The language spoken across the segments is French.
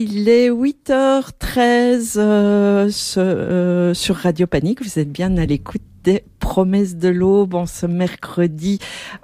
Il est 8h13 sur Radio Panique. Vous êtes bien à l'écoute des Promesses de l'Aube en ce mercredi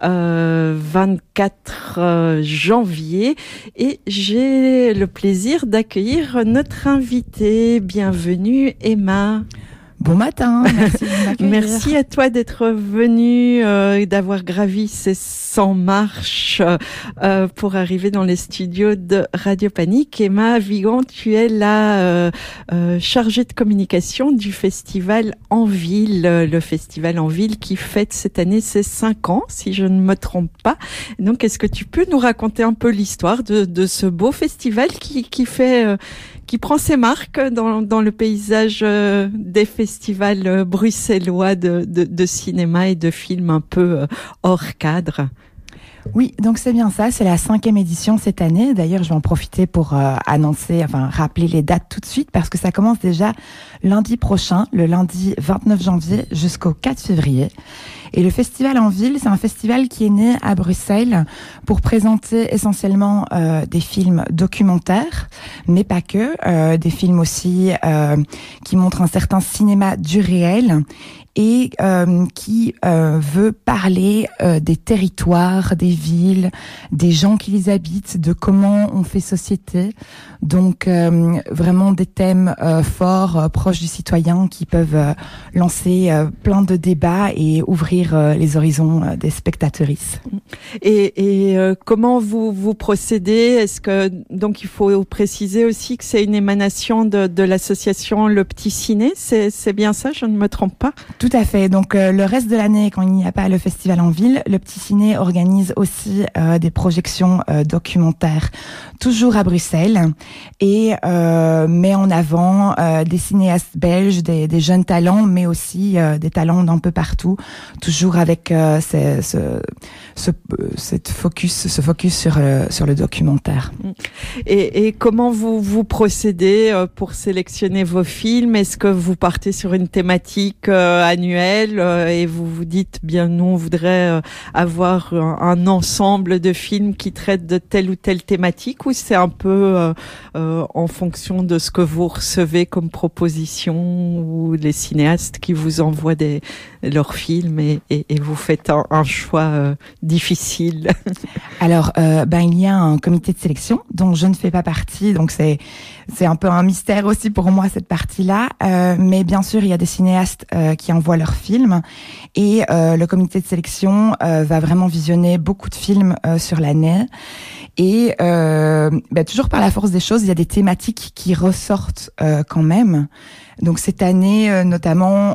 24 janvier. Et j'ai le plaisir d'accueillir notre invitée. Bienvenue Emma. Bon matin, merci de m'accueillir. Merci à toi d'être venue et d'avoir gravi ces 100 marches pour arriver dans les studios de Radio Panique. Emma Vigan, tu es la chargée de communication du Festival En Ville, le Festival En Ville qui fête cette année ses 5 ans, si je ne me trompe pas. Donc, est-ce que tu peux nous raconter un peu l'histoire de ce beau festival qui prend ses marques dans le paysage des festivals bruxellois de cinéma et de films un peu hors cadre? Oui, donc c'est bien ça, c'est la 5e édition cette année. D'ailleurs, je vais en profiter pour rappeler les dates tout de suite parce que ça commence déjà lundi prochain, le lundi 29 janvier jusqu'au 4 février. Et le Festival En Ville, c'est un festival qui est né à Bruxelles pour présenter essentiellement des films documentaires, mais pas que, des films aussi qui montrent un certain cinéma du réel et qui veut parler des territoires, des villes, des gens qui les habitent, de comment on fait société. Donc vraiment des thèmes forts, proches du citoyen qui peuvent lancer plein de débats et ouvrir les horizons des spectatrices. Et comment vous procédez? Est-ce que donc il faut préciser aussi que c'est une émanation de l'association Le Petit Ciné, c'est bien ça, je ne me trompe pas? Tout à fait. Donc le reste de l'année, quand il n'y a pas le Festival En Ville, Le Petit Ciné organise aussi des projections documentaires, toujours à Bruxelles, et met en avant des cinéastes belges, des jeunes talents, mais aussi des talents d'un peu partout, toujours avec ce focus sur le documentaire. Et comment vous procédez pour sélectionner vos films? Est-ce que vous partez sur une thématique annuelle et vous vous dites bien nous on voudrait avoir un ensemble de films qui traitent de telle ou telle thématique, ou c'est un peu en fonction de ce que vous recevez comme proposition, ou les cinéastes qui vous envoient leurs films et vous faites un choix difficile? Alors, il y a un comité de sélection dont je ne fais pas partie, donc c'est un peu un mystère aussi pour moi cette partie-là. Mais bien sûr, il y a des cinéastes qui envoient leurs films et le comité de sélection va vraiment visionner beaucoup de films sur l'année. Et toujours par la force des choses, il y a des thématiques qui ressortent quand même. Donc cette année, notamment,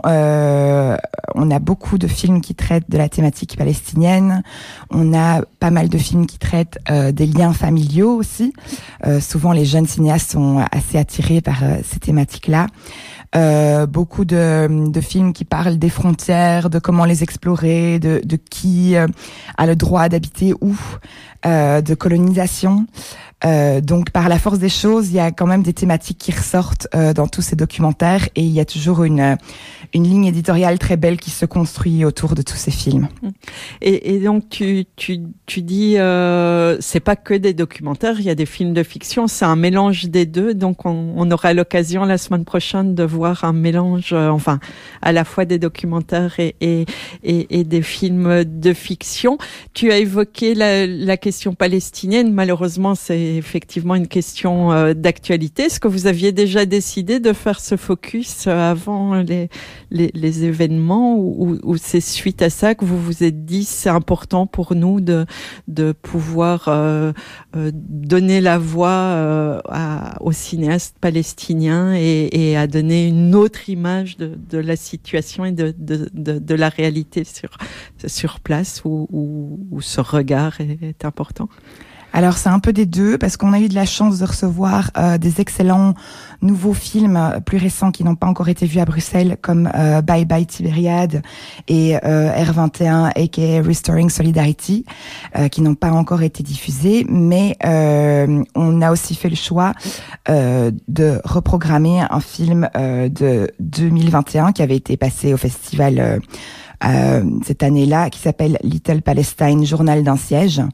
on a beaucoup de films qui traitent de la thématique palestinienne. On a pas mal de films qui traitent des liens familiaux aussi. Souvent, les jeunes cinéastes sont assez attirés par ces thématiques-là. Beaucoup de films qui parlent des frontières, de comment les explorer, de qui a le droit d'habiter où, de colonisation. Donc par la force des choses, il y a quand même des thématiques qui ressortent dans tous ces documentaires, et il y a toujours une ligne éditoriale très belle qui se construit autour de tous ces films. Et donc tu dis c'est pas que des documentaires, il y a des films de fiction, c'est un mélange des deux. Donc on aura l'occasion la semaine prochaine de voir un mélange, à la fois des documentaires et des films de fiction. Tu as évoqué la question palestinienne. Malheureusement, c'est effectivement une question d'actualité. Est-ce que vous aviez déjà décidé de faire ce focus avant les événements, ou c'est suite à ça que vous vous êtes dit c'est important pour nous de pouvoir donner la voix aux cinéastes palestiniens et à donner une autre image de la situation et de la réalité sur place, où ce regard est important? Alors c'est un peu des deux, parce qu'on a eu de la chance de recevoir des excellents nouveaux films plus récents qui n'ont pas encore été vus à Bruxelles, comme Bye Bye Tibériade et R21 aka Restoring Solidarity, qui n'ont pas encore été diffusés, mais on a aussi fait le choix de reprogrammer un film de 2021 qui avait été passé au festival cette année-là, qui s'appelle Little Palestine, Journal d'un siège,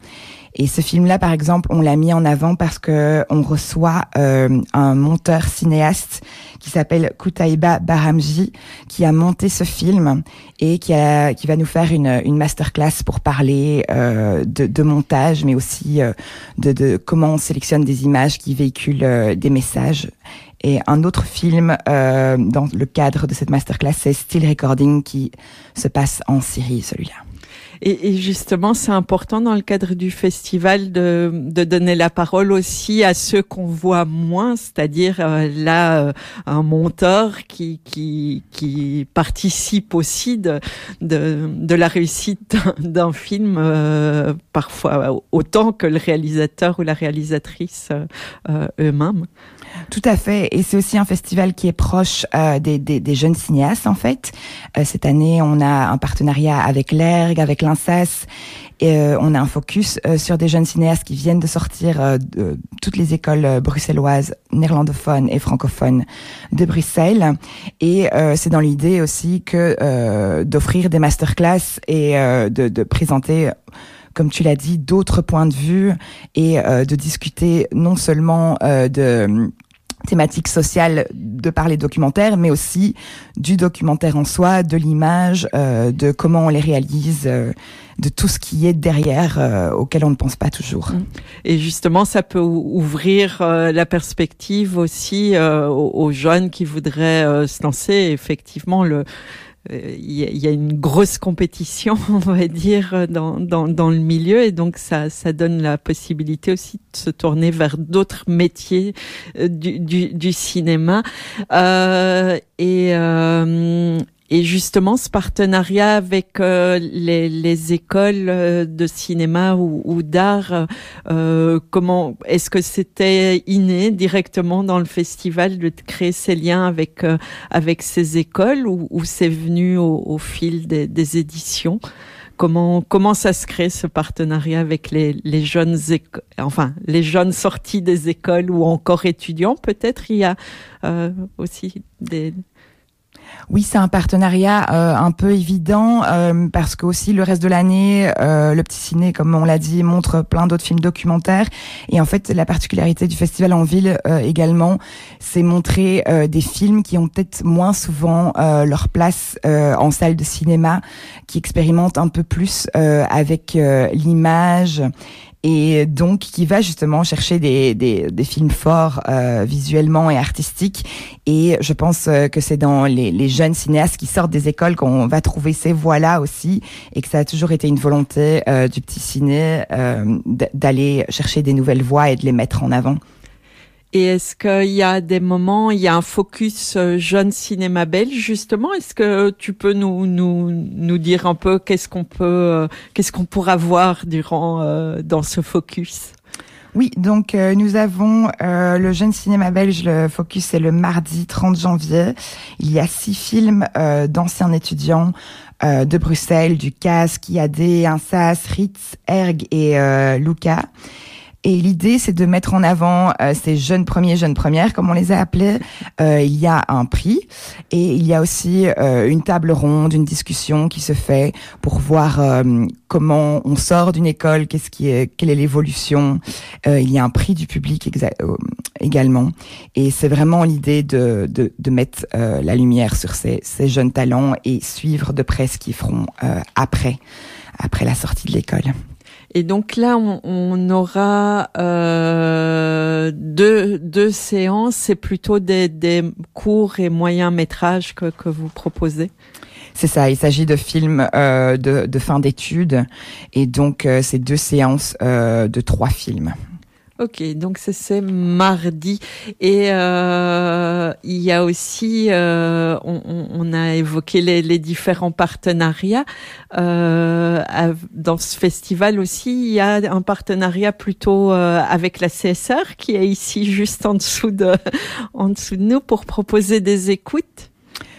Et ce film-là, par exemple, on l'a mis en avant parce que on reçoit un monteur cinéaste qui s'appelle Kutaiba Bahamji, qui a monté ce film et qui va nous faire une masterclass pour parler de montage, mais aussi de comment on sélectionne des images qui véhiculent des messages. Et un autre film dans le cadre de cette masterclass, c'est Still Recording, qui se passe en Syrie, celui-là. Et justement, c'est important dans le cadre du festival de donner la parole aussi à ceux qu'on voit moins, c'est-à-dire un monteur qui participe aussi de la réussite d'un film, parfois autant que le réalisateur ou la réalisatrice eux-mêmes. Tout à fait, et c'est aussi un festival qui est proche des jeunes cinéastes en fait. Cette année, on a un partenariat avec l'ERG, avec l'INSAS, et on a un focus sur des jeunes cinéastes qui viennent de sortir de toutes les écoles bruxelloises, néerlandophones et francophones de Bruxelles. Et c'est dans l'idée aussi que d'offrir des masterclass et de présenter, comme tu l'as dit, d'autres points de vue et de discuter non seulement de thématiques sociales de par les documentaires, mais aussi du documentaire en soi, de l'image, de comment on les réalise, de tout ce qui est derrière, auquel on ne pense pas toujours. Et justement, ça peut ouvrir la perspective aussi aux jeunes qui voudraient se lancer. Effectivement, il y a une grosse compétition, on va dire, dans le milieu, et donc ça donne la possibilité aussi de se tourner vers d'autres métiers du cinéma. Et justement, ce partenariat avec les écoles de cinéma ou d'art, comment est-ce que c'était inné directement dans le festival de créer ces liens avec ces écoles, ou c'est venu au fil des éditions? Comment ça se crée, ce partenariat avec les jeunes les jeunes sortis des écoles ou encore étudiants peut-être? Il y a aussi des... Oui, c'est un partenariat un peu évident parce que aussi le reste de l'année, le Petit Ciné, comme on l'a dit, montre plein d'autres films documentaires. Et en fait, la particularité du festival en ville également, c'est montrer des films qui ont peut-être moins souvent leur place en salle de cinéma, qui expérimentent un peu plus avec l'image. Et donc qui va justement chercher des films forts visuellement et artistiques. Et je pense que c'est dans les jeunes cinéastes qui sortent des écoles qu'on va trouver ces voies-là aussi, et que ça a toujours été une volonté du Petit Ciné d'aller chercher des nouvelles voies et de les mettre en avant. Et est-ce qu'il y a des moments, il y a un focus jeune cinéma belge justement? Est-ce que tu peux nous dire un peu qu'est-ce qu'on pourra voir dans ce focus? Oui, donc nous avons le jeune cinéma belge, le focus c'est le mardi 30 janvier. Il y a 6 films d'anciens étudiants de Bruxelles, du CAS, KIAD, INSAS, Ritz, ERG et Luca. Et l'idée, c'est de mettre en avant ces jeunes premiers, jeunes premières, comme on les a appelés. Il y a un prix et il y a aussi une table ronde, une discussion qui se fait pour voir comment on sort d'une école, quelle est l'évolution. Il y a un prix du public également. Et c'est vraiment l'idée de mettre la lumière sur ces jeunes talents et suivre de près ce qu'ils feront après la sortie de l'école. Et donc là, on aura deux séances. C'est plutôt des courts et moyens métrages que vous proposez. C'est ça. Il s'agit de films de fin d'études, et donc c'est 2 séances de 3 films. Ok, donc c'est mardi. Et il y a aussi, on a évoqué les différents partenariats. Dans ce festival aussi, il y a un partenariat plutôt avec la CSR qui est ici juste en dessous de nous pour proposer des écoutes.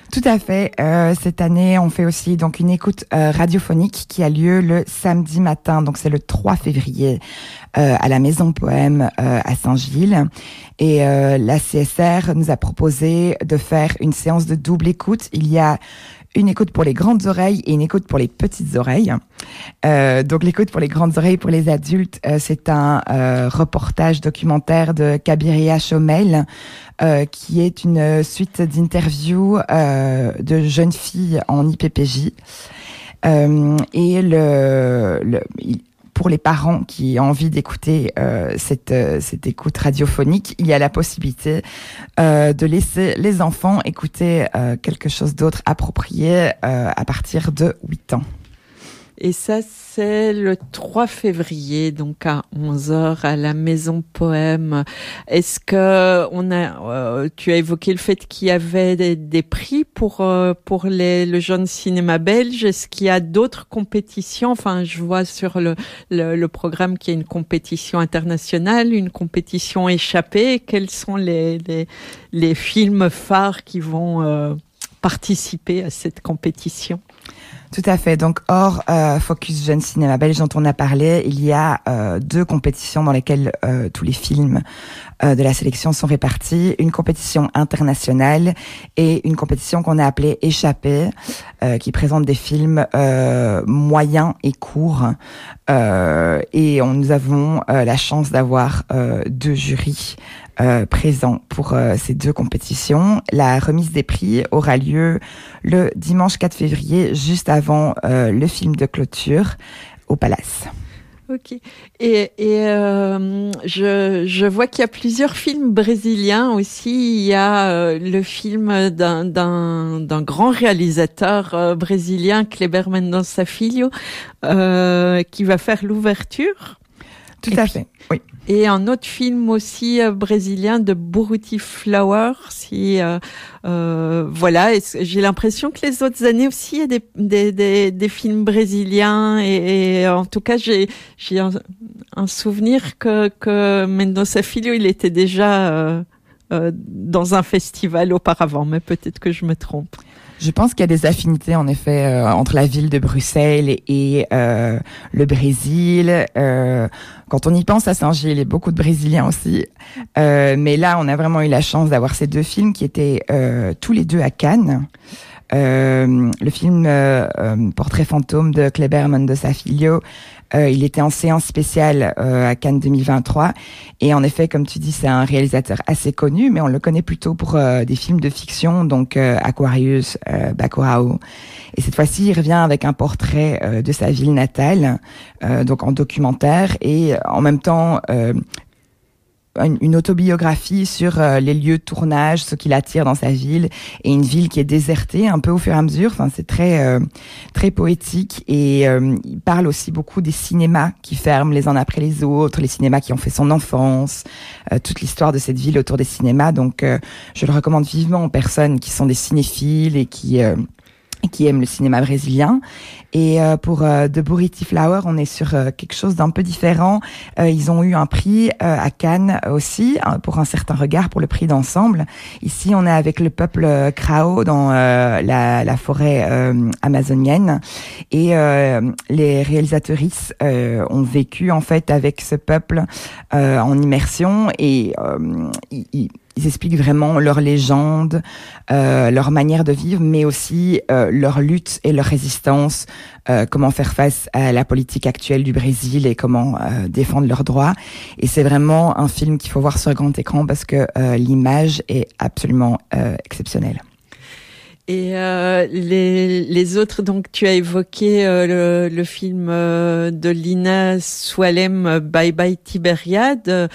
Tout à fait. Cette année, on fait aussi donc une écoute radiophonique qui a lieu le samedi matin, donc c'est le 3 février, à la Maison Poème à Saint-Gilles. Et la CSR nous a proposé de faire une séance de double écoute. Il y a une écoute pour les grandes oreilles et une écoute pour les petites oreilles. Donc l'écoute pour les grandes oreilles pour les adultes, c'est un reportage documentaire de Kabiria Chomel, qui est une suite d'interviews de jeunes filles en IPPJ. Et pour les parents qui ont envie d'écouter cette écoute radiophonique, il y a la possibilité de laisser les enfants écouter quelque chose d'autre approprié à partir de 8 ans. Et ça, c'est le 3 février, donc à 11h à la Maison Poème. Est-ce que tu as évoqué le fait qu'il y avait des prix pour le jeune cinéma belge. Est-ce qu'il y a d'autres compétitions? Enfin, je vois sur le programme qu'il y a une compétition internationale, une compétition échappée. Quels sont les films phares qui vont participer à cette compétition? Tout à fait. Donc, hors Focus Jeune Cinéma Belge dont on a parlé, il y a 2 compétitions dans lesquelles tous les films de la sélection sont répartis. Une compétition internationale et une compétition qu'on a appelée Échappée, qui présente des films moyens et courts. Et nous avons la chance d'avoir 2 jurys présents pour ces 2 compétitions. La remise des prix aura lieu le dimanche 4 février, juste avant le film de clôture au Palace. Ok. Et je vois qu'il y a plusieurs films brésiliens aussi. Il y a le film d'un grand réalisateur brésilien, Kleber Mendonça Filho, qui va faire l'ouverture. Tout à fait, oui. Et un autre film aussi brésilien de Buruti Flower. Voilà, j'ai l'impression que les autres années aussi, il y a des films brésiliens. Et en tout cas, j'ai un souvenir que Mendonça Filho, il était déjà dans un festival auparavant, mais peut-être que je me trompe. Je pense qu'il y a des affinités, en effet, entre la ville de Bruxelles et le Brésil. Quand on y pense à Saint-Gilles, il y a beaucoup de Brésiliens aussi. Mais là, on a vraiment eu la chance d'avoir ces 2 films qui étaient tous les 2 à Cannes. Le film Portrait fantôme de Kleber Mendonça Filho, il était en séance spéciale à Cannes 2023. Et en effet, comme tu dis, c'est un réalisateur assez connu, mais on le connaît plutôt pour des films de fiction, donc Aquarius, Bacurau. Et cette fois-ci, il revient avec un portrait de sa ville natale, donc en documentaire, et en même temps une autobiographie sur les lieux de tournage, ce qui l'attire dans sa ville, et une ville qui est désertée un peu au fur et à mesure. Enfin, c'est très très poétique, et il parle aussi beaucoup des cinémas qui ferment les uns après les autres, les cinémas qui ont fait son enfance, toute l'histoire de cette ville autour des cinémas. Donc, je le recommande vivement aux personnes qui sont des cinéphiles et qui aiment le cinéma brésilien. Et pour The Buruti Flower, on est sur quelque chose d'un peu différent. Ils ont eu un prix à Cannes aussi, pour un certain regard, pour le prix d'ensemble. Ici, on est avec le peuple Krao dans la forêt amazonienne. Et les réalisatrices ont vécu en fait avec ce peuple en immersion, et ils expliquent vraiment leur légende, leur manière de vivre, mais aussi leur lutte et leur résistance, comment faire face à la politique actuelle du Brésil et comment défendre leurs droits. Et c'est vraiment un film qu'il faut voir sur grand écran parce que l'image est absolument exceptionnelle. Et les autres, donc tu as évoqué le film de Lina Soualem, Bye Bye Tibériade.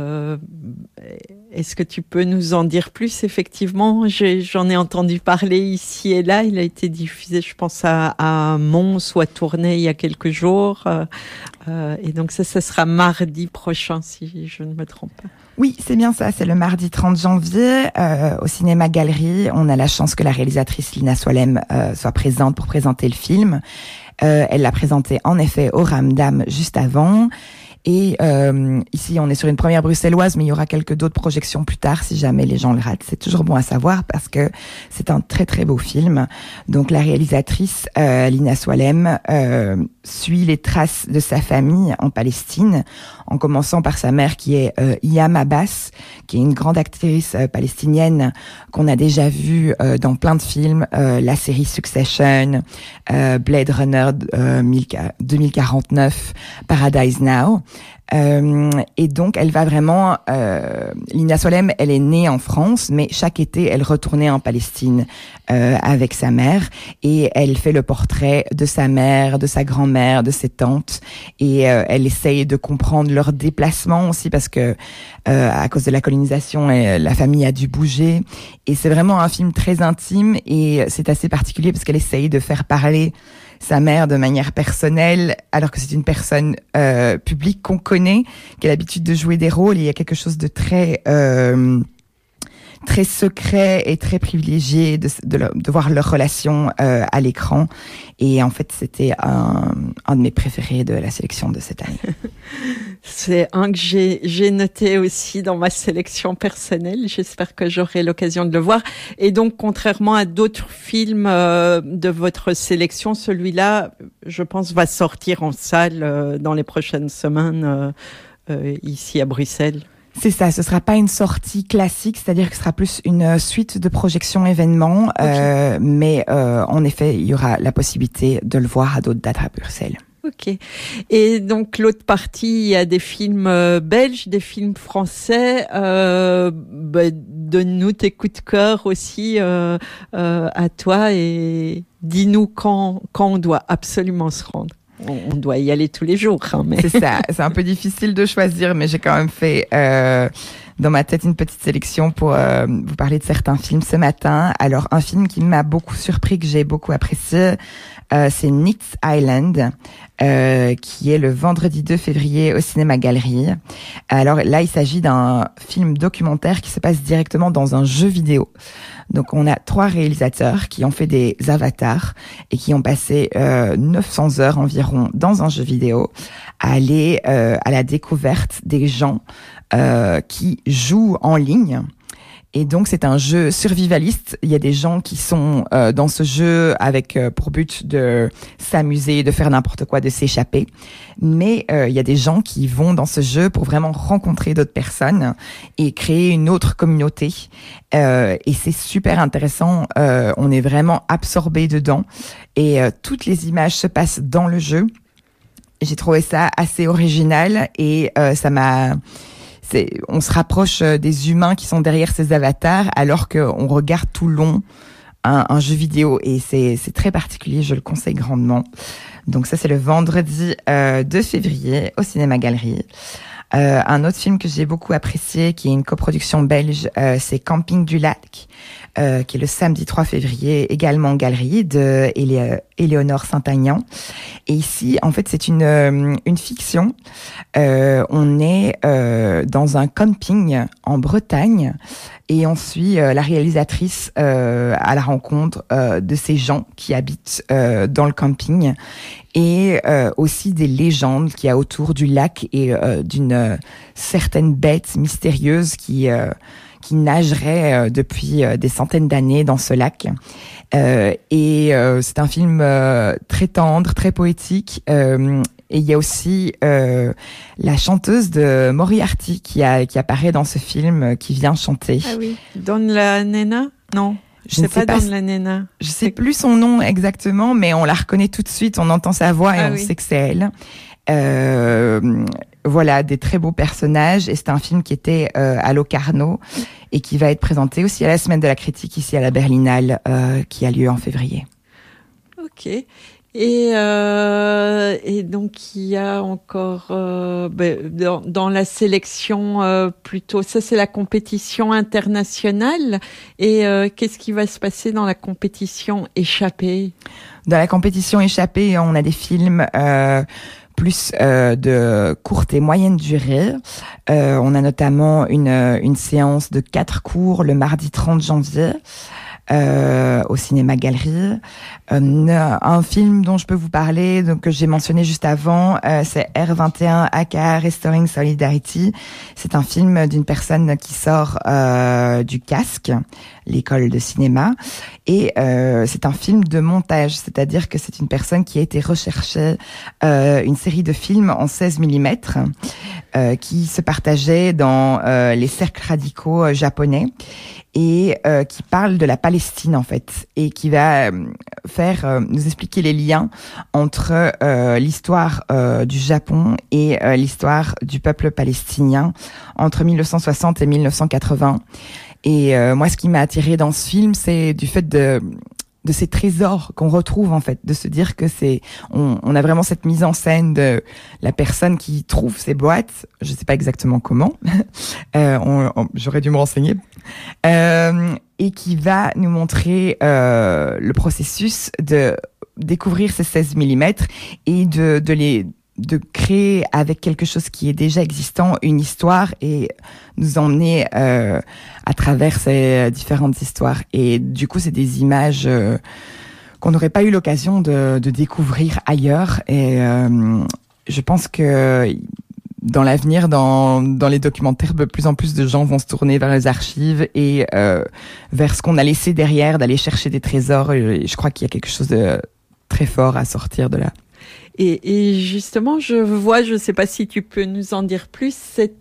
Est-ce que tu peux nous en dire plus? Effectivement, j'en ai entendu parler ici et là. Il a été diffusé, je pense, à Mons ou à Tournai il y a quelques jours. Et donc ça sera mardi prochain, si je ne me trompe pas. Oui, c'est bien ça. C'est le mardi 30 janvier au Cinéma Galerie. On a la chance que la réalisatrice Lina Soualem soit présente pour présenter le film. Elle l'a présenté en effet au Ramdam juste avant. Et ici, on est sur une première bruxelloise, mais il y aura quelques d'autres projections plus tard si jamais les gens le ratent. C'est toujours bon à savoir parce que c'est un très très beau film. Donc la réalisatrice Lina Swalem suit les traces de sa famille en Palestine, en commençant par sa mère qui est Iyam Abbas, qui est une grande actrice palestinienne qu'on a déjà vue dans plein de films, la série Succession, Blade Runner 2049, Paradise Now. Et donc, elle va vraiment... Lina Swalem, elle est née en France, mais chaque été, elle retournait en Palestine avec sa mère. Et elle fait le portrait de sa mère, de sa grand-mère, de ses tantes. Et elle essaye de comprendre leurs déplacements aussi, parce que à cause de la colonisation, la famille a dû bouger. Et c'est vraiment un film très intime, et c'est assez particulier parce qu'elle essaye de faire parler sa mère de manière personnelle, alors que c'est une personne publique qu'on connaît, qui a l'habitude de jouer des rôles. Il y a quelque chose de très très secret et très privilégié de voir leur relation à l'écran. Et en fait, c'était un de mes préférés de la sélection de cette année. C'est un que j'ai noté aussi dans ma sélection personnelle. J'espère que j'aurai l'occasion de le voir. Et donc, contrairement à d'autres films de votre sélection, celui-là, je pense, va sortir en salle dans les prochaines semaines ici à Bruxelles. C'est ça, ce sera pas une sortie classique, c'est-à-dire que ce sera plus une suite de projections événements, okay. Mais en effet, il y aura la possibilité de le voir à d'autres dates à Bruxelles. Ok. Et donc l'autre partie, il y a des films belges, des films français. Donne-nous tes coups de cœur aussi à toi et dis-nous quand on doit absolument se rendre. On doit y aller tous les jours. Hein, mais... C'est ça, c'est un peu difficile de choisir, mais j'ai quand même fait dans ma tête une petite sélection pour vous parler de certains films ce matin. Alors, un film qui m'a beaucoup surpris, que j'ai beaucoup apprécié, c'est Night Island, qui est le vendredi 2 février au Cinéma Galerie. Alors là, il s'agit d'un film documentaire qui se passe directement dans un jeu vidéo. Donc, on a 3 réalisateurs qui ont fait des avatars et qui ont passé 900 heures environ dans un jeu vidéo à aller à la découverte des gens qui jouent en ligne. Et donc, c'est un jeu survivaliste. Il y a des gens qui sont dans ce jeu avec pour but de s'amuser, de faire n'importe quoi, de s'échapper. Mais il y a des gens qui vont dans ce jeu pour vraiment rencontrer d'autres personnes et créer une autre communauté. Et c'est super intéressant. On est vraiment absorbé dedans. Et toutes les images se passent dans le jeu. J'ai trouvé ça assez original et ça m'a... on se rapproche des humains qui sont derrière ces avatars alors qu'on regarde tout le long un jeu vidéo et c'est très particulier, je le conseille grandement. Donc ça, c'est le vendredi 2 février au Cinéma Galerie. Un autre film que j'ai beaucoup apprécié, qui est une coproduction belge, c'est Camping du Lac, qui est le samedi 3 février, également en galerie, de Éléonore Saint-Aignan. Et ici, en fait, c'est une fiction. On est dans un camping en Bretagne et on suit la réalisatrice à la rencontre de ces gens qui habitent dans le camping et aussi des légendes qu'il y a autour du lac et d'une certaine bête mystérieuse qui nagerait depuis des centaines d'années dans ce lac. Et c'est un film très tendre, très poétique. Et il y a aussi la chanteuse de Moriarty qui apparaît dans ce film, qui vient chanter. Ah oui, Don la Nena? Non. Je sais pas Don la Nena. Je sais plus son nom exactement, mais on la reconnaît tout de suite, on entend sa voix et on sait que c'est elle. Voilà, des très beaux personnages et c'est un film qui était à Locarno et qui va être présenté aussi à la Semaine de la Critique ici à la Berlinale qui a lieu en février. Ok. Et donc il y a encore dans la sélection plutôt, ça c'est la compétition internationale et qu'est-ce qui va se passer dans la compétition échappée? Dans la compétition échappée, on a des films plus de courte et moyenne durée. On a notamment une séance de 4 cours le mardi 30 janvier. au cinéma Galerie. Un film dont je peux vous parler, donc que j'ai mentionné juste avant, c'est R21 aka Restoring Solidarity. C'est un film d'une personne qui sort du Casque, l'école de cinéma, et c'est un film de montage, c'est-à-dire que c'est une personne qui a été rechercher une série de films en 16 mm qui se partageaient dans les cercles radicaux japonais et qui parle de la Palestine en fait, et qui va nous expliquer les liens entre l'histoire du Japon et l'histoire du peuple palestinien entre 1960 et 1980. Et moi, ce qui m'a attirée dans ce film, c'est du fait de ces trésors qu'on retrouve en fait, de se dire que on a vraiment cette mise en scène de la personne qui trouve ces boîtes, je sais pas exactement comment, j'aurais dû me renseigner, et qui va nous montrer le processus de découvrir ces 16 mm et de créer avec quelque chose qui est déjà existant une histoire et nous emmener à travers ces différentes histoires. Et du coup, c'est des images qu'on n'aurait pas eu l'occasion de découvrir ailleurs. Et je pense que dans l'avenir, dans les documentaires, de plus en plus de gens vont se tourner vers les archives et vers ce qu'on a laissé derrière, d'aller chercher des trésors. Et je crois qu'il y a quelque chose de très fort à sortir de là. Et justement, je sais pas si tu peux nous en dire plus,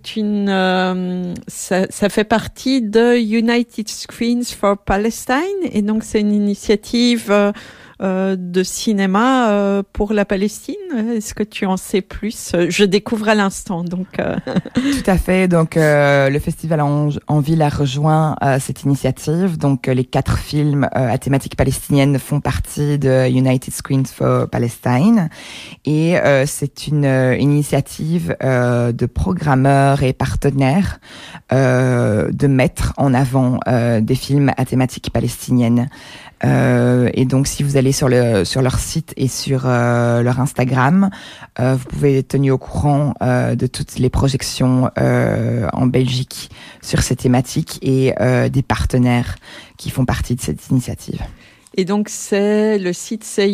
ça fait partie de United Screens for Palestine, et donc c'est une initiative de cinéma pour la Palestine. Est-ce que tu en sais plus? Je découvre à l'instant, donc. Tout à fait. Donc le festival en ville a rejoint cette initiative. Donc les 4 films à thématique palestinienne font partie de United Screens for Palestine, et c'est une initiative de programmeurs et partenaires de mettre en avant des films à thématique palestinienne. Et donc, si vous allez sur leur site et sur leur Instagram, vous pouvez être tenu au courant de toutes les projections en Belgique sur ces thématiques et des partenaires qui font partie de cette initiative. Et donc, le site, c'est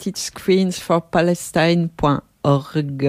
unitedscreensforpalestine.org.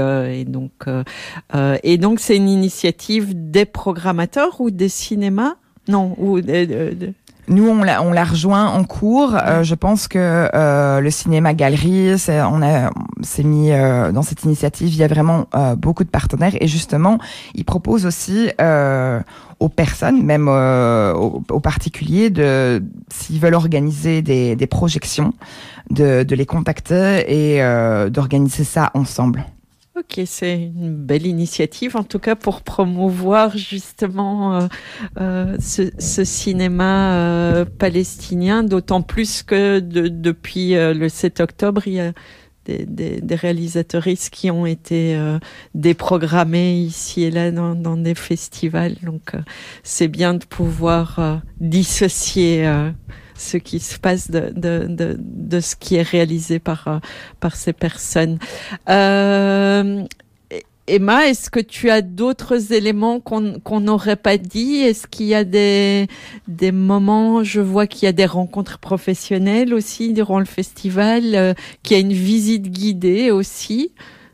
Et donc, c'est une initiative des programmateurs ou des cinémas? Non, ou Nous, on l'a rejoint en cours. Je pense que le cinéma Galerie s'est mis dans cette initiative. Il y a vraiment beaucoup de partenaires, et justement, ils proposent aussi aux personnes, même aux particuliers, s'ils veulent organiser des projections, de les contacter et d'organiser ça ensemble. Ok, c'est une belle initiative, en tout cas pour promouvoir justement ce cinéma palestinien, d'autant plus que depuis le 7 octobre, il y a des réalisateuristes qui ont été déprogrammés ici et là dans des festivals. Donc c'est bien de pouvoir dissocier ce qui se passe de ce qui est réalisé par ces personnes. Emma, est-ce que tu as d'autres éléments qu'on n'aurait pas dit? Est-ce qu'il y a des moments, je vois qu'il y a des rencontres professionnelles aussi durant le festival, qu'il y a une visite guidée aussi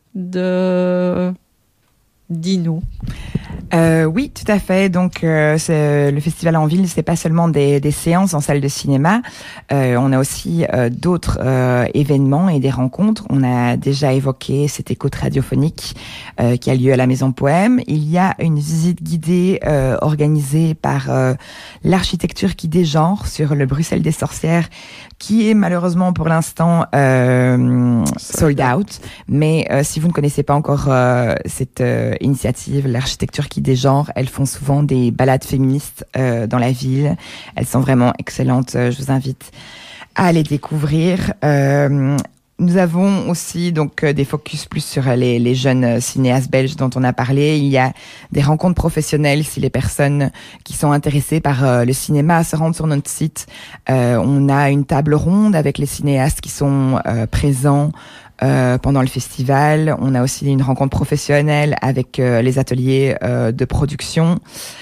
Dis-nous. Oui, tout à fait. Donc, le festival en ville, c'est pas seulement des séances en salle de cinéma. On a aussi d'autres événements et des rencontres. On a déjà évoqué cette écoute radiophonique qui a lieu à la Maison Poème. Il y a une visite guidée organisée par l'Architecture qui dégenre sur le Bruxelles des sorcières, qui est malheureusement pour l'instant sold out. Mais si vous ne connaissez pas encore cette initiative, l'Architecture qui dégenre, elles font souvent des balades féministes dans la ville. Elles sont vraiment excellentes. Je vous invite à les découvrir. Nous avons aussi donc des focus plus sur les jeunes cinéastes belges dont on a parlé. Il y a des rencontres professionnelles si les personnes qui sont intéressées par le cinéma se rendent sur notre site. On a une table ronde avec les cinéastes qui sont présents pendant le festival. On a aussi une rencontre professionnelle avec les ateliers de production.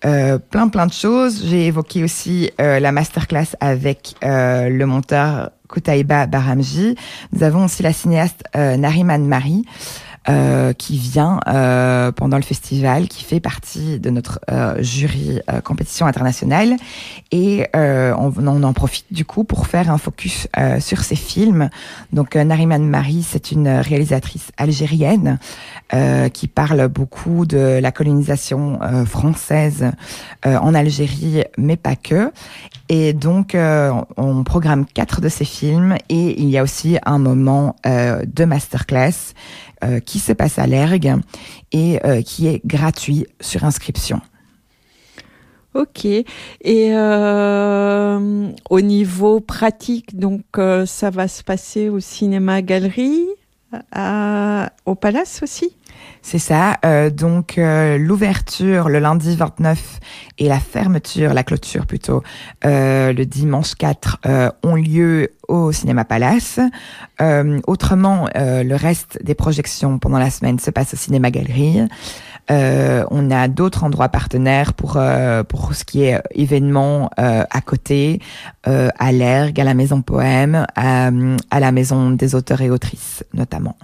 plein de choses. J'ai évoqué aussi la masterclass avec le monteur Koutaiba Baramji. Nous avons aussi la cinéaste Nariman Marie qui vient pendant le festival, qui fait partie de notre jury compétition internationale. Et on en profite du coup pour faire un focus sur ces films. Donc Nariman Marie, c'est une réalisatrice algérienne qui parle beaucoup de la colonisation française en Algérie, mais pas que. Et donc, on programme 4 de ces films et il y a aussi un moment de masterclass qui se passe à l'ERG et qui est gratuit sur inscription. Ok. Et au niveau pratique, donc ça va se passer au cinéma-galerie, au Palace aussi? C'est ça. Donc l'ouverture le lundi 29 et la fermeture, la clôture plutôt, le dimanche 4 ont lieu au Cinéma Palace. Autrement, le reste des projections pendant la semaine se passe au Cinéma Galerie. On a d'autres endroits partenaires pour ce qui est événements à côté, à l'ERG, à la Maison Poème, à la Maison des auteurs et autrices notamment.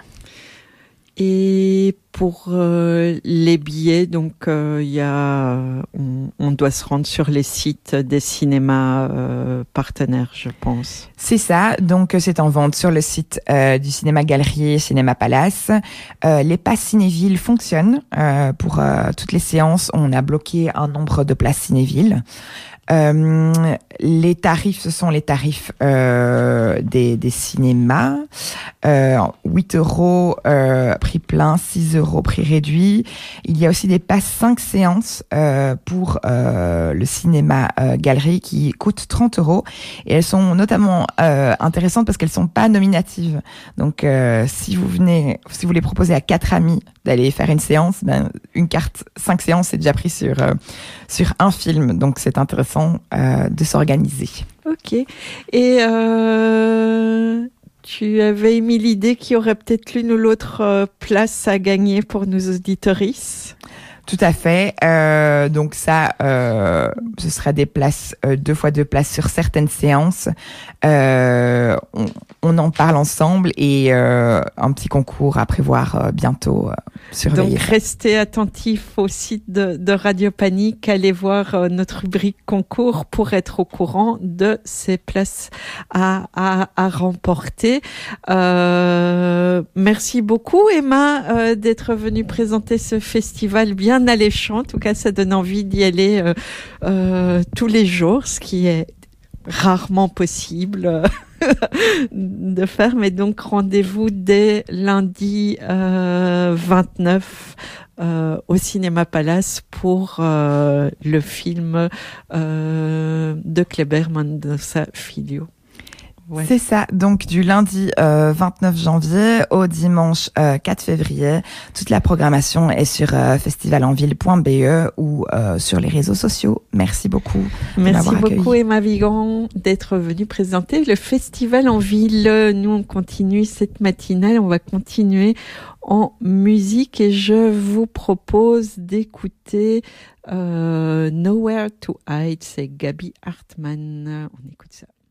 Et pour les billets, donc il y a, on doit se rendre sur les sites des cinémas partenaires, je pense. C'est ça, donc c'est en vente sur le site du Cinéma Galerie, Cinéma Palace. Les passes Cinéville fonctionnent pour toutes les séances. On a bloqué un nombre de places Cinéville. Les tarifs, ce sont les tarifs des cinémas. 8 € prix plein, 6 € prix réduit. Il y a aussi des passes 5 séances pour le cinéma galerie qui coûtent 30 € et elles sont notamment intéressantes parce qu'elles sont pas nominatives. Donc si vous les proposez à 4 amis d'aller faire une séance, une carte 5 séances c'est déjà pris sur un film. Donc c'est intéressant de s'organiser. Ok. Et tu avais émis l'idée qu'il y aurait peut-être l'une ou l'autre place à gagner pour nos auditorices? Tout à fait. Donc ça, ce sera des places, 2 fois 2 places sur certaines séances. On en parle ensemble et un petit concours à prévoir bientôt. Donc restez attentifs au site de Radio Panique, allez voir notre rubrique concours pour être au courant de ces places à remporter. Merci beaucoup Emma d'être venue présenter ce festival bien alléchant. En tout cas, ça donne envie d'y aller tous les jours, ce qui est rarement possible de faire. Mais donc, rendez-vous dès lundi 29 au Cinéma Palace pour le film de Kleber Mendonça Filho. Ouais. C'est ça, donc du lundi 29 janvier au dimanche 4 février. Toute la programmation est sur festivalenville.be ou sur les réseaux sociaux. Merci beaucoup. Merci beaucoup Emma Vigan d'être venue présenter le Festival en Ville. Nous on continue cette matinale, on va continuer en musique et je vous propose d'écouter Nowhere to Hide, c'est Gaby Hartmann. On écoute ça.